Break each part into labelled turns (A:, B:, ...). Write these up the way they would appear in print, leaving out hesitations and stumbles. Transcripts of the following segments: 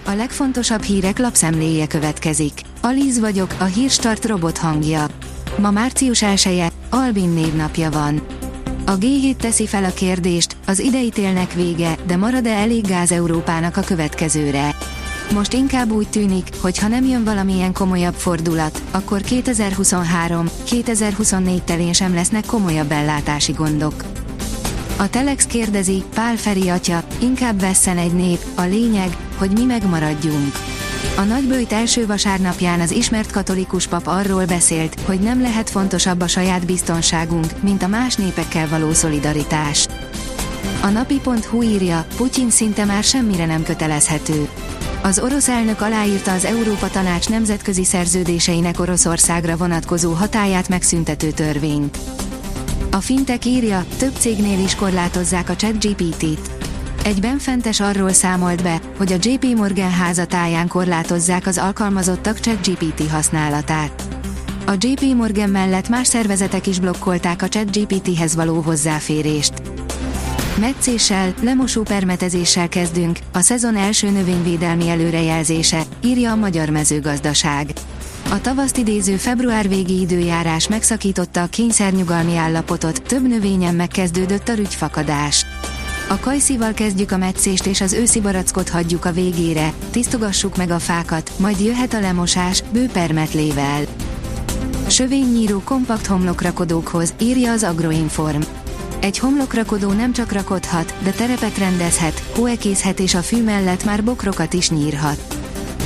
A: A legfontosabb hírek lapszemléje következik. Aliz vagyok, a Hírstart robot hangja. Ma március 1-e, Albin névnapja van. A G7 teszi fel a kérdést, az idei télnek vége, de marad-e elég gáz Európának a következőre? Most inkább úgy tűnik, hogy ha nem jön valamilyen komolyabb fordulat, akkor 2023-2024 telén sem lesznek komolyabb ellátási gondok. A Telex kérdezi, Pál Feri atya, inkább vesszen egy nép, a lényeg, hogy mi megmaradjunk. A nagyböjt első vasárnapján az ismert katolikus pap arról beszélt, hogy nem lehet fontosabb a saját biztonságunk, mint a más népekkel való szolidaritás. A napi.hu írja, Putyin szinte már semmire nem kötelezhető. Az orosz elnök aláírta az Európa Tanács nemzetközi szerződéseinek Oroszországra vonatkozó hatályát megszüntető törvényt. A Fintech írja, több cégnél is korlátozzák a ChatGPT-t. Egy benfentes arról számolt be, hogy a JP Morgan házatáján korlátozzák az alkalmazottak ChatGPT használatát. A JP Morgan mellett más szervezetek is blokkolták a ChatGPT-hez való hozzáférést. Metszéssel, lemosó permetezéssel kezdünk, a szezon első növényvédelmi előrejelzése, írja a Magyar Mezőgazdaság. A tavaszt idéző február végi időjárás megszakította a kényszernyugalmi állapotot, több növényen megkezdődött a rügyfakadás. A kajszival kezdjük a metszést és az őszi barackot hagyjuk a végére, tisztogassuk meg a fákat, majd jöhet a lemosás, bő permetlével. Sövénynyíró kompakt homlokrakodókhoz, írja az Agroinform. Egy homlokrakodó nem csak rakodhat, de terepet rendezhet, hóekészhet és a fű mellett már bokrokat is nyírhat.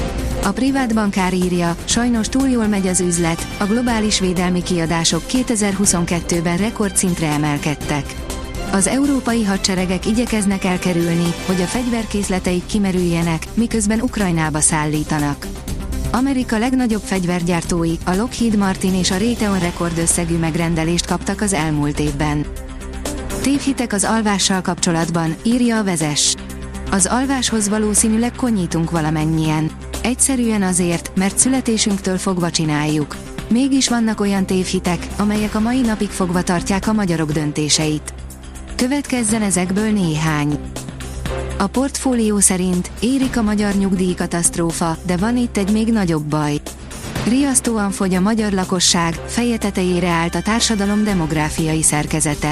A: A privát bankár írja, sajnos túl jól megy az üzlet, a globális védelmi kiadások 2022-ben rekordszintre emelkedtek. Az európai hadseregek igyekeznek elkerülni, hogy a fegyverkészleteik kimerüljenek, miközben Ukrajnába szállítanak. Amerika legnagyobb fegyvergyártói, a Lockheed Martin és a Raytheon rekordösszegű megrendelést kaptak az elmúlt évben. Tévhitek az alvással kapcsolatban, írja a Vezess. Az alváshoz valószínűleg konyítunk valamennyien. Egyszerűen azért, mert születésünktől fogva csináljuk. Mégis vannak olyan tévhitek, amelyek a mai napig fogva tartják a magyarok döntéseit. Következzen ezekből néhány. A Portfólió szerint érik a magyar nyugdíjkatasztrófa, de van itt egy még nagyobb baj. Riasztóan fogy a magyar lakosság, feje tetejére állt a társadalom demográfiai szerkezete.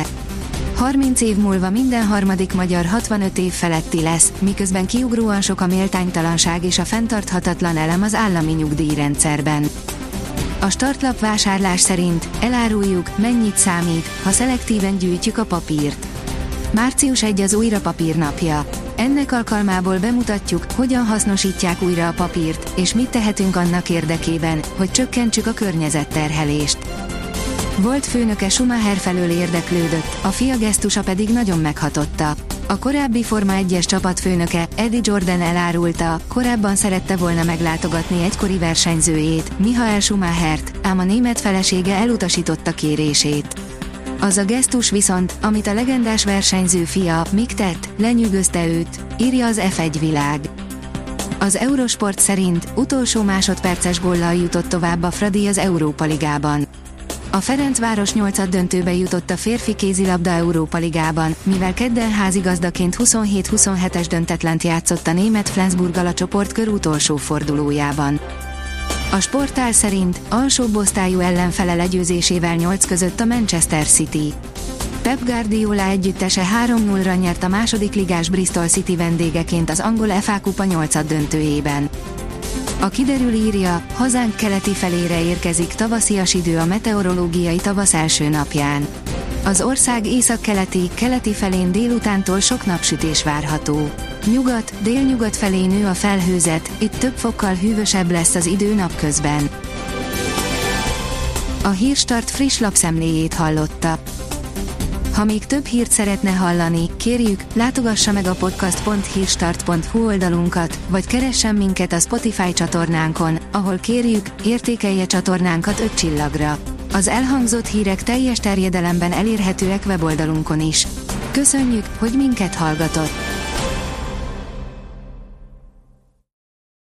A: 30 év múlva minden harmadik magyar 65 év feletti lesz, miközben kiugróan sok a méltánytalanság és a fenntarthatatlan elem az állami nyugdíjrendszerben. A startlap vásárlás szerint eláruljuk, mennyit számít, ha szelektíven gyűjtjük a papírt. Március 1 az újra papírnapja. Ennek alkalmából bemutatjuk, hogyan hasznosítják újra a papírt, és mit tehetünk annak érdekében, hogy csökkentsük a környezetterhelést. Volt főnöke Schumacher felől érdeklődött, a fia gesztusa pedig nagyon meghatotta. A korábbi Forma 1-es csapatfőnöke, Eddie Jordan elárulta, korábban szerette volna meglátogatni egykori versenyzőjét, Michael Schumachert, ám a német felesége elutasította kérését. Az a gesztus viszont, amit a legendás versenyző fia, Mick tett, lenyűgözte őt, írja az F1 világ. Az Eurosport szerint utolsó másodperces góllal jutott tovább a Fradi az Európa Ligában. A Ferencváros 8-döntőbe jutott a férfi kézilabda Európa Ligában, mivel kedden házigazdaként 27-27-es döntetlent játszott a német Flensburggal a csoportkör utolsó fordulójában. A Sportál szerint alsóbb osztályú ellenfele legyőzésével 8 között a Manchester City. Pep Guardiola együttese 3-0-ra nyert a második ligás Bristol City vendégeként az angol FA Kupa 8-döntőjében. A Kiderül írja, hazánk keleti felére érkezik tavaszias idő a meteorológiai tavasz első napján. Az ország keleti felén délutántól sok napsütés várható. Délnyugat felé nő a felhőzet, itt több fokkal hűvösebb lesz az idő napközben. A Hírstart friss lapszemléjét hallotta. Ha még több hírt szeretne hallani, kérjük, látogassa meg a podcast.hírstart.hu oldalunkat, vagy keressen minket a Spotify csatornánkon, ahol kérjük, értékelje csatornánkat 5 csillagra. Az elhangzott hírek teljes terjedelemben elérhetőek weboldalunkon is. Köszönjük, hogy minket hallgatott!